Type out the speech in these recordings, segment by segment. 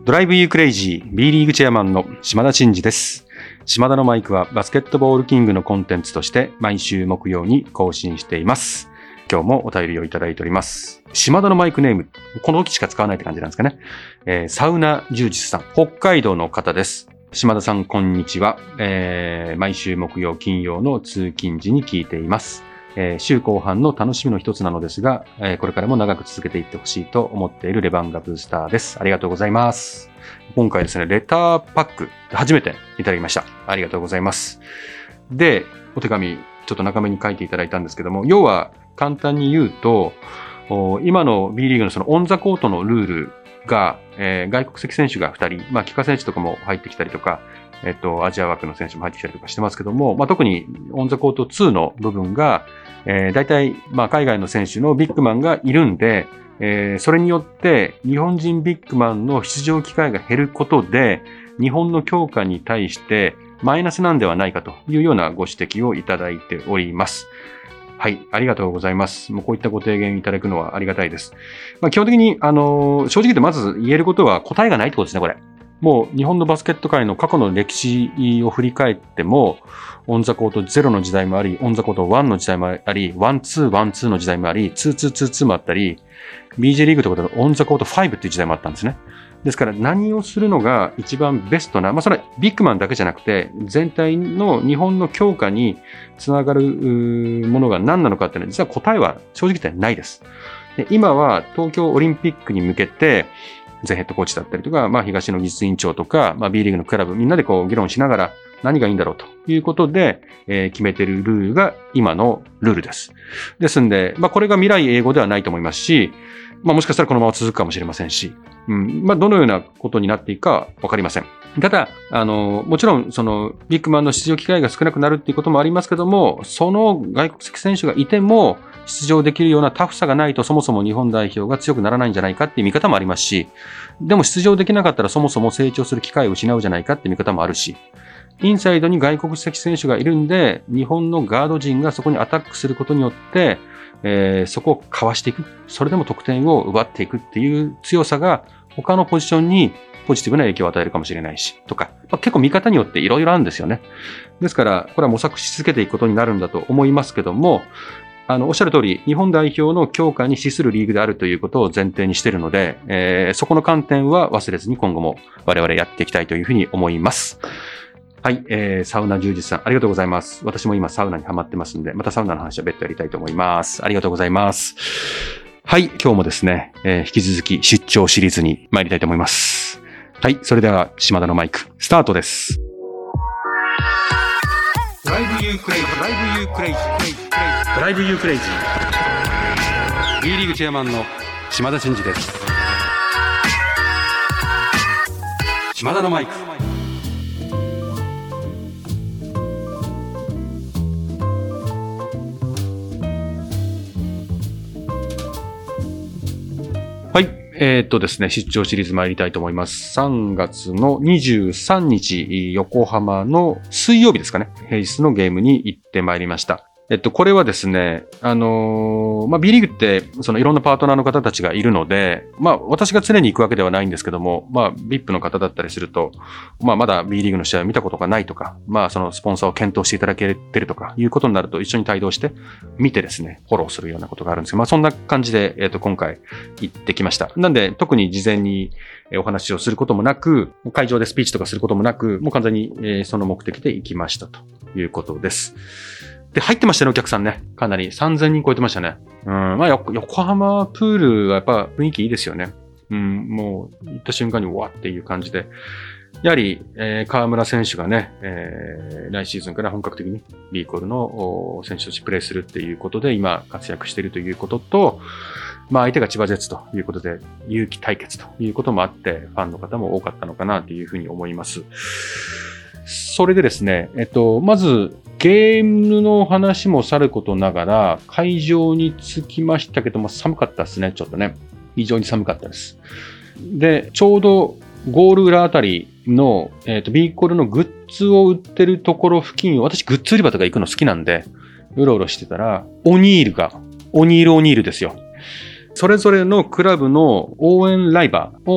ドライブユークレイジー B リーグチェアマンの島田真二です。島田のマイクはバスケットボールキングのコンテンツとして毎週木曜に更新しています。今日もお便りをいただいております。島田のマイクネーム、この時しか使わないって感じなんですかね。サウナ充実さん、北海道の方です。島田さん、こんにちは。毎週木曜金曜の通勤時に聞いています。週後半の楽しみの一つなのですが、これからも長く続けていってほしいと思っているレバンガブースターです。ありがとうございます。今回ですね、レターパック初めていただきました。ありがとうございます。で、お手紙ちょっと中目に書いていただいたんですけども、要は簡単に言うと、今の B リーグのそのオンザコートのルールが、外国籍選手が2人、帰化選手とかも入ってきたりとか、アジア枠の選手も入ってきたりとかしてますけども、特にオンザコート2の部分が、大体、海外の選手のビッグマンがいるんで、それによって日本人ビッグマンの出場機会が減ることで、日本の強化に対してマイナスなんではないかというようなご指摘をいただいております。はい、ありがとうございます。もうこういったご提言いただくのはありがたいです。基本的に、正直言ってまず言えることは答えがないってことですね、これ。もう日本のバスケット界の過去の歴史を振り返っても、オンザコート0の時代もあり、オンザコート1の時代もあり、1-2、1-2の時代もあり、2-2-2-2もあったり、BJ リーグとかでオンザコート5っていう時代もあったんですね。ですから何をするのが一番ベストな、それはビッグマンだけじゃなくて、全体の日本の強化につながるものが何なのかっていうのは、実は答えは正直言ってないです。で、今は東京オリンピックに向けて、前ヘッドコーチだったりとか、東野技術委員長とか、B リーグのクラブみんなで議論しながら何がいいんだろうということで、決めているルールが今のルールです。ですんで、これが未来英語ではないと思いますし、もしかしたらこのまま続くかもしれませんし、どのようなことになっていくかわかりません。ただ、もちろん、ビッグマンの出場機会が少なくなるっていうこともありますけども、その外国籍選手がいても、出場できるようなタフさがないとそもそも日本代表が強くならないんじゃないかっていう見方もありますし、でも出場できなかったらそもそも成長する機会を失うじゃないかっていう見方もあるし、インサイドに外国籍選手がいるんで、日本のガード陣がそこにアタックすることによって、そこをかわしていく。それでも得点を奪っていくっていう強さが他のポジションにポジティブな影響を与えるかもしれないし、とか、結構見方によっていろいろあるんですよね。ですから、これは模索し続けていくことになるんだと思いますけども、おっしゃる通り、日本代表の強化に資するリーグであるということを前提にしているので、そこの観点は忘れずに今後も我々やっていきたいというふうに思います。はい、サウナ充実さん、ありがとうございます。私も今サウナにハマってますんで、またサウナの話は別途やりたいと思います。ありがとうございます。はい、今日もですね、引き続き出張シリーズに参りたいと思います。はい、それでは島田のマイク、スタートです。ドライブユークレイジー、ドライブユークレイジー、ドライブユークレイジー。B リーグチェアマンの島田真二です。島田のマイク。はい。ですね、出張シリーズ参りたいと思います。3月の23日、横浜の水曜日ですかね、平日のゲームに行って参りました。これはですね、B リーグって、いろんなパートナーの方たちがいるので、私が常に行くわけではないんですけども、VIP の方だったりすると、まだ B リーグの試合を見たことがないとか、そのスポンサーを検討していただけてるとか、いうことになると一緒に帯同して、見てですね、フォローするようなことがあるんですけど、そんな感じで、今回行ってきました。なんで、特に事前にお話をすることもなく、会場でスピーチとかすることもなく、もう完全にその目的で行きましたということです。で、入ってましたね、お客さんね。かなり3000人超えてましたね。横浜プールはやっぱ雰囲気いいですよね。もう行った瞬間にわっていう感じで。やはり、河村選手がね、来シーズンから本格的に B コールの選手としてプレーするっていうことで今活躍しているということと、相手が千葉ジェッツということで勇気対決ということもあってファンの方も多かったのかなというふうに思います。それでですね、まずゲームの話もさることながら会場に着きましたけども寒かったですね、ちょっとね。非常に寒かったです。で、ちょうどゴール裏あたりの、B コールのグッズを売ってるところ付近を、私グッズ売り場とか行くの好きなんで、うろうろしてたら、オニールですよ。それぞれのクラブの応援ライバーを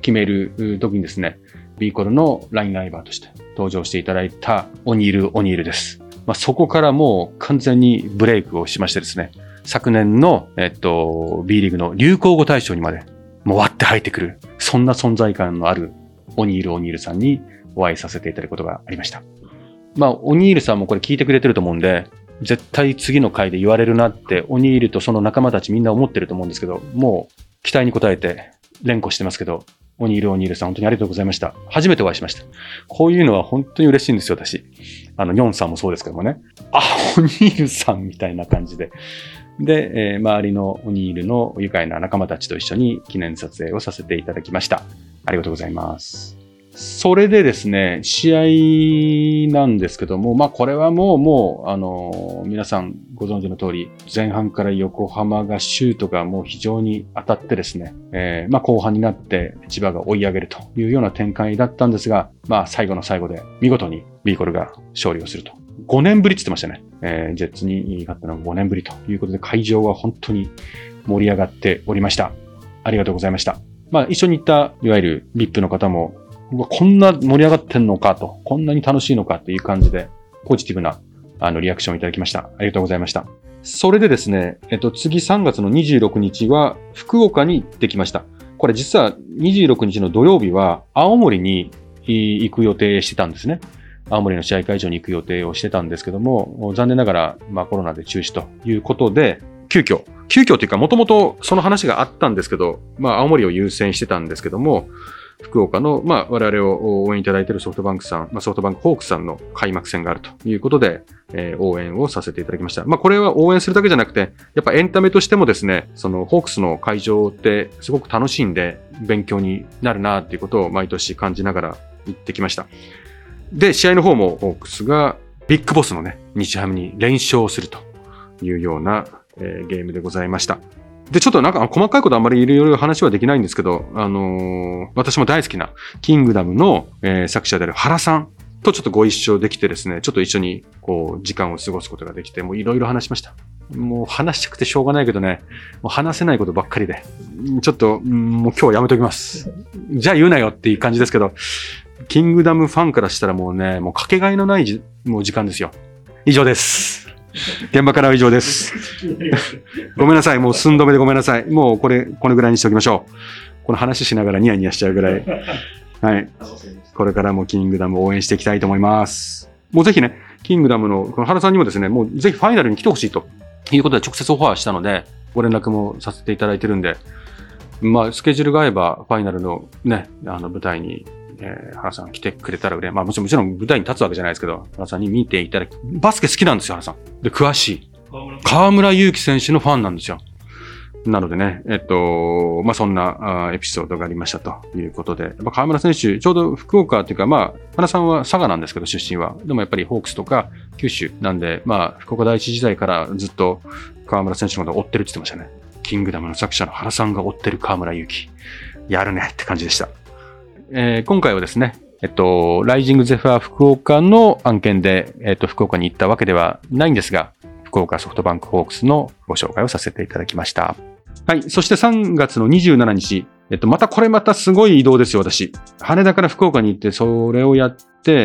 決める時にですね、ビーコルのラインライバーとして登場していただいたオニールです。そこからもう完全にブレイクをしましてですね、昨年の、B リーグの流行語大賞にまでもう割って入ってくる、そんな存在感のあるオニールさんにお会いさせていただくことがありました。オニールさんもこれ聞いてくれてると思うんで、絶対次の回で言われるなってオニールとその仲間たちみんな思ってると思うんですけど、もう期待に応えて連呼してますけど、オニールさん本当にありがとうございました。初めてお会いしました。こういうのは本当に嬉しいんですよ、私。ヨンさんもそうですけどもね。オニールさんみたいな感じで。で、周りのオニールの愉快な仲間たちと一緒に記念撮影をさせていただきました。ありがとうございます。それでですね、試合なんですけども、これはもう、皆さんご存知の通り、前半から横浜がシュートがもう非常に当たってですね、後半になって千葉が追い上げるというような展開だったんですが、最後の最後で見事にビーコルが勝利をすると。5年ぶりって言ってましたね。ジェッツに勝ったのが5年ぶりということで、会場は本当に盛り上がっておりました。ありがとうございました。一緒に行った、いわゆる VIP の方も、こんな盛り上がってんのかと、こんなに楽しいのかという感じで、ポジティブな、リアクションをいただきました。ありがとうございました。それでですね、次3月の26日は、福岡に行ってきました。これ実は26日の土曜日は、青森に行く予定してたんですね。青森の試合会場に行く予定をしてたんですけども、残念ながら、コロナで中止ということで、急遽というか、もともとその話があったんですけど、青森を優先してたんですけども、福岡の、我々を応援いただいているソフトバンクさん、ソフトバンクホークスさんの開幕戦があるということで、応援をさせていただきました。これは応援するだけじゃなくて、やっぱエンタメとしてもですね、そのホークスの会場ってすごく楽しいんで、勉強になるなっていうことを毎年感じながら行ってきました。で、試合の方もホークスがビッグボスのね、日ハムに連勝するというような、ゲームでございました。で、ちょっと細かいことあんまりいろいろ話はできないんですけど、私も大好きなキングダムの、作者である原さんとちょっとご一緒できてですね、ちょっと一緒に時間を過ごすことができて、もういろいろ話しました。もう話したくてしょうがないけどね、もう話せないことばっかりで、ちょっと、もう今日はやめときます。じゃあ言うなよっていう感じですけど、キングダムファンからしたらもうね、もうかけがえのないもう時間ですよ。以上です。現場からは以上です。ごめんなさい。もう寸止めでごめんなさい。もうこれぐらいにしておきましょう。この話しながらニヤニヤしちゃうぐらい。はい。これからもキングダムを応援していきたいと思います。もうぜひね、キングダムのこの原さんにもですね、もうぜひファイナルに来てほしいということで直接オファーしたので、ご連絡もさせていただいてるんで、スケジュールが合えばファイナルのね、舞台に原さん来てくれたらもちろん舞台に立つわけじゃないですけど、原さんに見ていただき、バスケ好きなんですよ、原さん。で、詳しい。河村勇輝選手のファンなんですよ。なのでね、そんなエピソードがありましたということで、河村選手、ちょうど福岡というか、原さんは佐賀なんですけど、出身は。でもやっぱりホークスとか九州なんで、福岡第一時代からずっと河村選手のことを追ってるって言ってましたね。キングダムの作者の原さんが追ってる河村勇輝。やるねって感じでした。今回はですね、ライジングゼファー福岡の案件で、福岡に行ったわけではないんですが、福岡ソフトバンクホークスのご紹介をさせていただきました。はい。そして3月の27日、またすごい移動ですよ、私。羽田から福岡に行って、それをやって、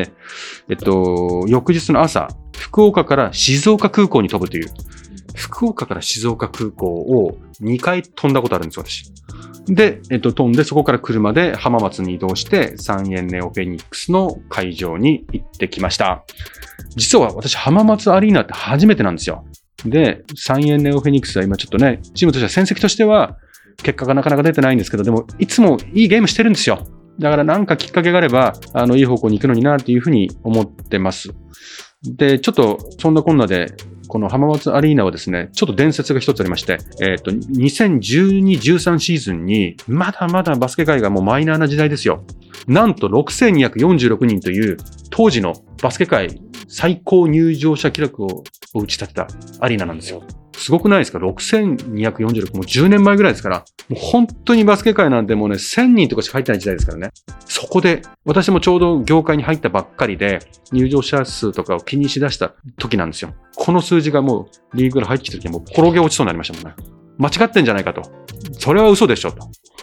翌日の朝、福岡から静岡空港に飛ぶという、福岡から静岡空港を2回飛んだことあるんですよ、私。で、飛んで、そこから車で浜松に移動して、三円ネオフェニックスの会場に行ってきました。実は私、浜松アリーナって初めてなんですよ。で、三円ネオフェニックスは今ちょっとね、チームとしては戦績としては、結果がなかなか出てないんですけど、でも、いつもいいゲームしてるんですよ。だからなんかきっかけがあれば、いい方向に行くのになっていうふうに思ってます。で、ちょっと、そんなこんなで、この浜松アリーナはですね、ちょっと伝説が一つありまして、2012-13シーズンに、まだまだバスケ界がもうマイナーな時代ですよ。なんと6246人という、当時のバスケ界最高入場者記録を打ち立てたアリーナなんですよ。すごくないですか？ 6246、もう10年前ぐらいですから、もう本当にバスケ界なんてもうね、1000人とかしか入ってない時代ですからね。そこで、私もちょうど業界に入ったばっかりで、入場者数とかを気にしだした時なんですよ。この数字がもう、リーグから入ってきた時はもう転げ落ちそうになりましたもんね。間違ってんじゃないかと。それは嘘でしょと。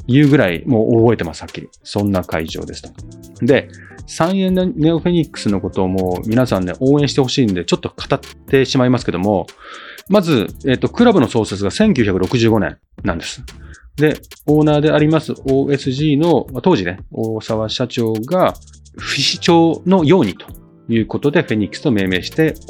いうぐらいもう覚えてます、はっきり。そんな会場ですと。で、サンエネオフェニックスのことをもう皆さんね、応援してほしいんで、ちょっと語ってしまいますけども、まず、クラブの創設が1965年なんです。で、オーナーであります OSG の、当時ね、大沢社長が不死鳥のようにということで、フェニックスと命名して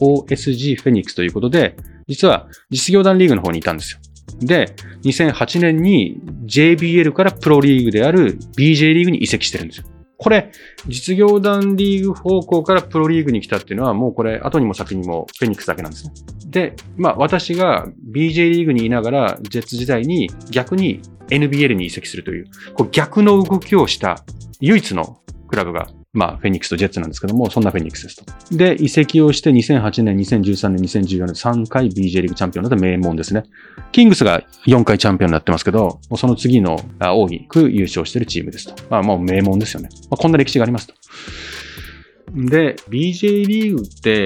、OSG フェニックスということで、実は実業団リーグの方にいたんですよ。で、2008年に JBL からプロリーグである BJ リーグに移籍してるんですよ。これ、実業団リーグ方向からプロリーグに来たっていうのは、もうこれ、後にも先にもフェニックスだけなんですね。で、私が BJ リーグにいながら、ジェッツ時代に逆に NBL に移籍するという、こう逆の動きをした唯一のクラブが、フェニックスとジェッツなんですけども、そんなフェニックスですと。で、移籍をして2008年、2013年、2014年、3回 BJ リーグチャンピオンになった名門ですね。キングスが4回チャンピオンになってますけど、その次の大きく優勝しているチームですと。もう名門ですよね。こんな歴史がありますと。で、BJ リーグって、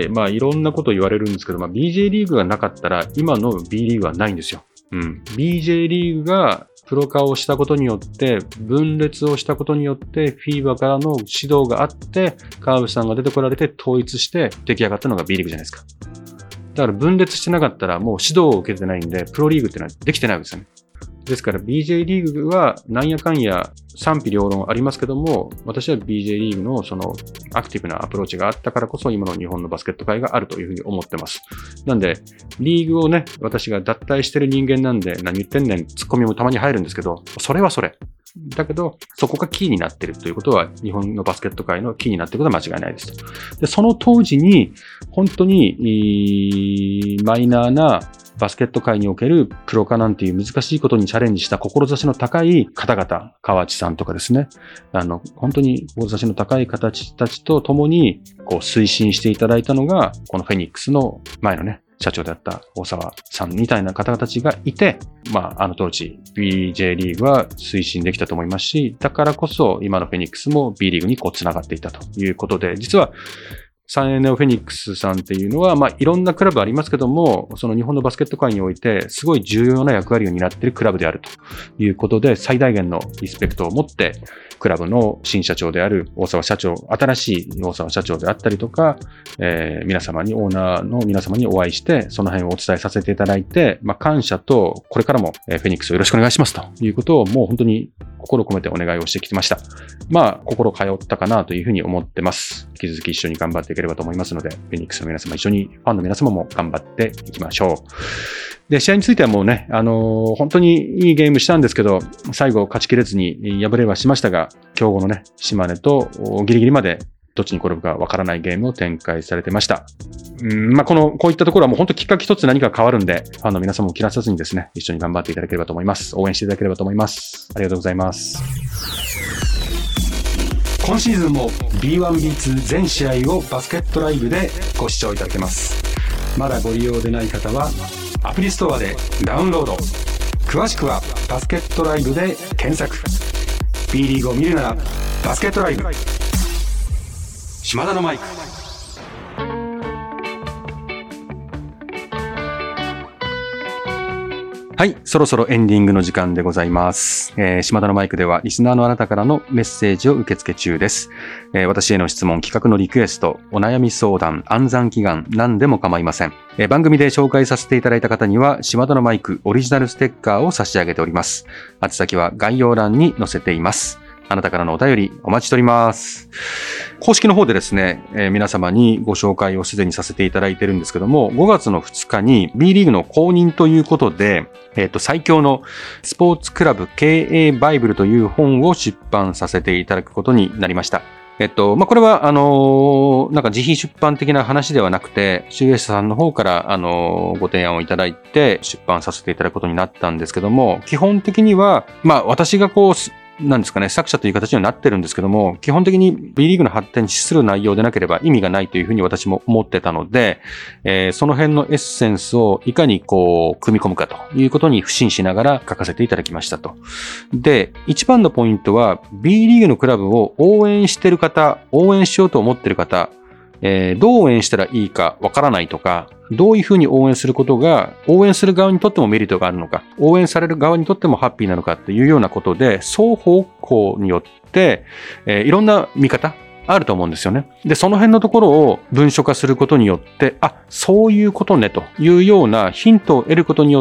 いろんなこと言われるんですけど、BJ リーグがなかったら、今の B リーグはないんですよ。BJ リーグがプロ化をしたことによって、分裂をしたことによって、FIBA からの指導があって、カーブさんが出てこられて統一して出来上がったのが B リーグじゃないですか。だから分裂してなかったらもう指導を受けてないんで、プロリーグってのはできてないわけですよね。ですから BJ リーグはなんやかんや賛否両論ありますけども、私は BJ リーグのそのアクティブなアプローチがあったからこそ今の日本のバスケット界があるというふうに思ってます。なんで、リーグをね、私が脱退してる人間なんで何言ってんねん、ツッコミもたまに入るんですけど、それはそれ。だけど、そこがキーになっているということは、日本のバスケット界のキーになっていることは間違いないですと。で、その当時に、本当に、マイナーなバスケット界におけるプロ化なんていう難しいことにチャレンジした志の高い方々、河内さんとかですね、本当に志の高い方たちと共に、推進していただいたのが、このフェニックスの前のね、社長であった大沢さんみたいな方々たちがいて、当時 BJ リーグは推進できたと思いますし、だからこそ今のフェニックスも B リーグに繋がっていたということで、実はサンエネオフェニックスさんっていうのは、いろんなクラブありますけども、その日本のバスケット界において、すごい重要な役割を担っているクラブであるということで、最大限のリスペクトを持って、クラブの新社長である大沢社長、新しい大沢社長であったりとか、皆様に、オーナーの皆様にお会いして、その辺をお伝えさせていただいて、感謝と、これからもフェニックスをよろしくお願いしますということを、もう本当に心込めてお願いをしてきました。心通ったかなというふうに思ってます。引き続き一緒に頑張っていければと思いますので、フェニックスの皆様一緒に、ファンの皆様も頑張っていきましょう。で、試合についてはもうね、本当にいいゲームしたんですけど、最後勝ちきれずに敗れはしましたが、強豪のね、島根とギリギリまでどっちに転ぶかわからないゲームを展開されてました。こういったところはもう本当きっかけ一つ何か変わるんで、ファンの皆様も切らさずにですね、一緒に頑張っていただければと思います。応援していただければと思います。ありがとうございます。今シーズンも B1B2 全試合をバスケットライブでご視聴いただけます。まだご利用でない方はアプリストアでダウンロード。詳しくはバスケットライブで検索。B リーグを見るならバスケットライブ。島田のマイク。はい、そろそろエンディングの時間でございます。島田のマイクではリスナーのあなたからのメッセージを受け付け中です。私への質問、企画のリクエスト、お悩み相談、暗算祈願、何でも構いません。番組で紹介させていただいた方には島田のマイクオリジナルステッカーを差し上げております。宛先は概要欄に載せています。あなたからのお便りお待ちしております。公式の方でですね、皆様にご紹介をすでにさせていただいているんですけども、5月の2日に B リーグの公認ということで、最強のスポーツクラブ経営バイブルという本を出版させていただくことになりました。これは、なんか自費出版的な話ではなくて、集英社さんの方から、ご提案をいただいて出版させていただくことになったんですけども、基本的には、私がなんですかね、作者という形にはなってるんですけども、基本的に B リーグの発展に資する内容でなければ意味がないというふうに私も思ってたので、その辺のエッセンスをいかに組み込むかということに不信しながら書かせていただきましたと。で、一番のポイントは B リーグのクラブを応援してる方、応援しようと思ってる方、どう応援したらいいかわからないとか、 どういうふうに応援することが、応援する側にとってもメリットがあるのか、応援される側にとってもハッピーなのかっていうようなことで、双方向によって、いろんな見方、あると思うんですよね。で、その辺のところを文書化することによって、そういうことねというようなヒントを得ることによって、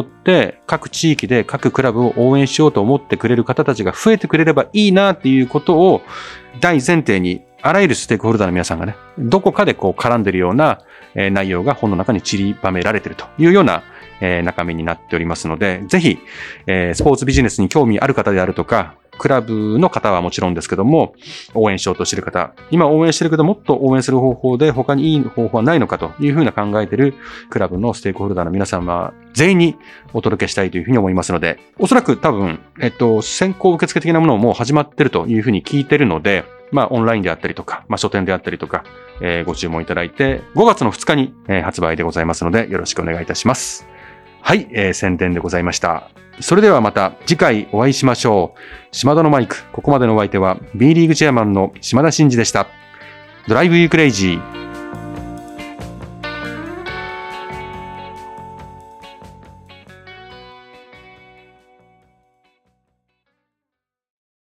各地域で各クラブを応援しようと思ってくれる方たちが増えてくれればいいなっていうことを大前提に、あらゆるステークホルダーの皆さんがね、どこかで絡んでいるような内容が本の中に散りばめられているというような中身になっておりますので、ぜひ、スポーツビジネスに興味ある方であるとか、クラブの方はもちろんですけども、応援しようとしている方、今応援しているけどもっと応援する方法で他にいい方法はないのかというふうな考えているクラブのステークホルダーの皆さんは全員にお届けしたいというふうに思いますので、おそらく多分、先行受付的なものももう始まっているというふうに聞いているので、オンラインであったりとか、書店であったりとか、ご注文いただいて、5月の2日に、発売でございますので、よろしくお願いいたします。はい、宣伝でございました。それではまた次回お会いしましょう。島田のマイク、ここまでのお相手は B リーグチェアマンの島田真二でした。ドライブユークレイジー。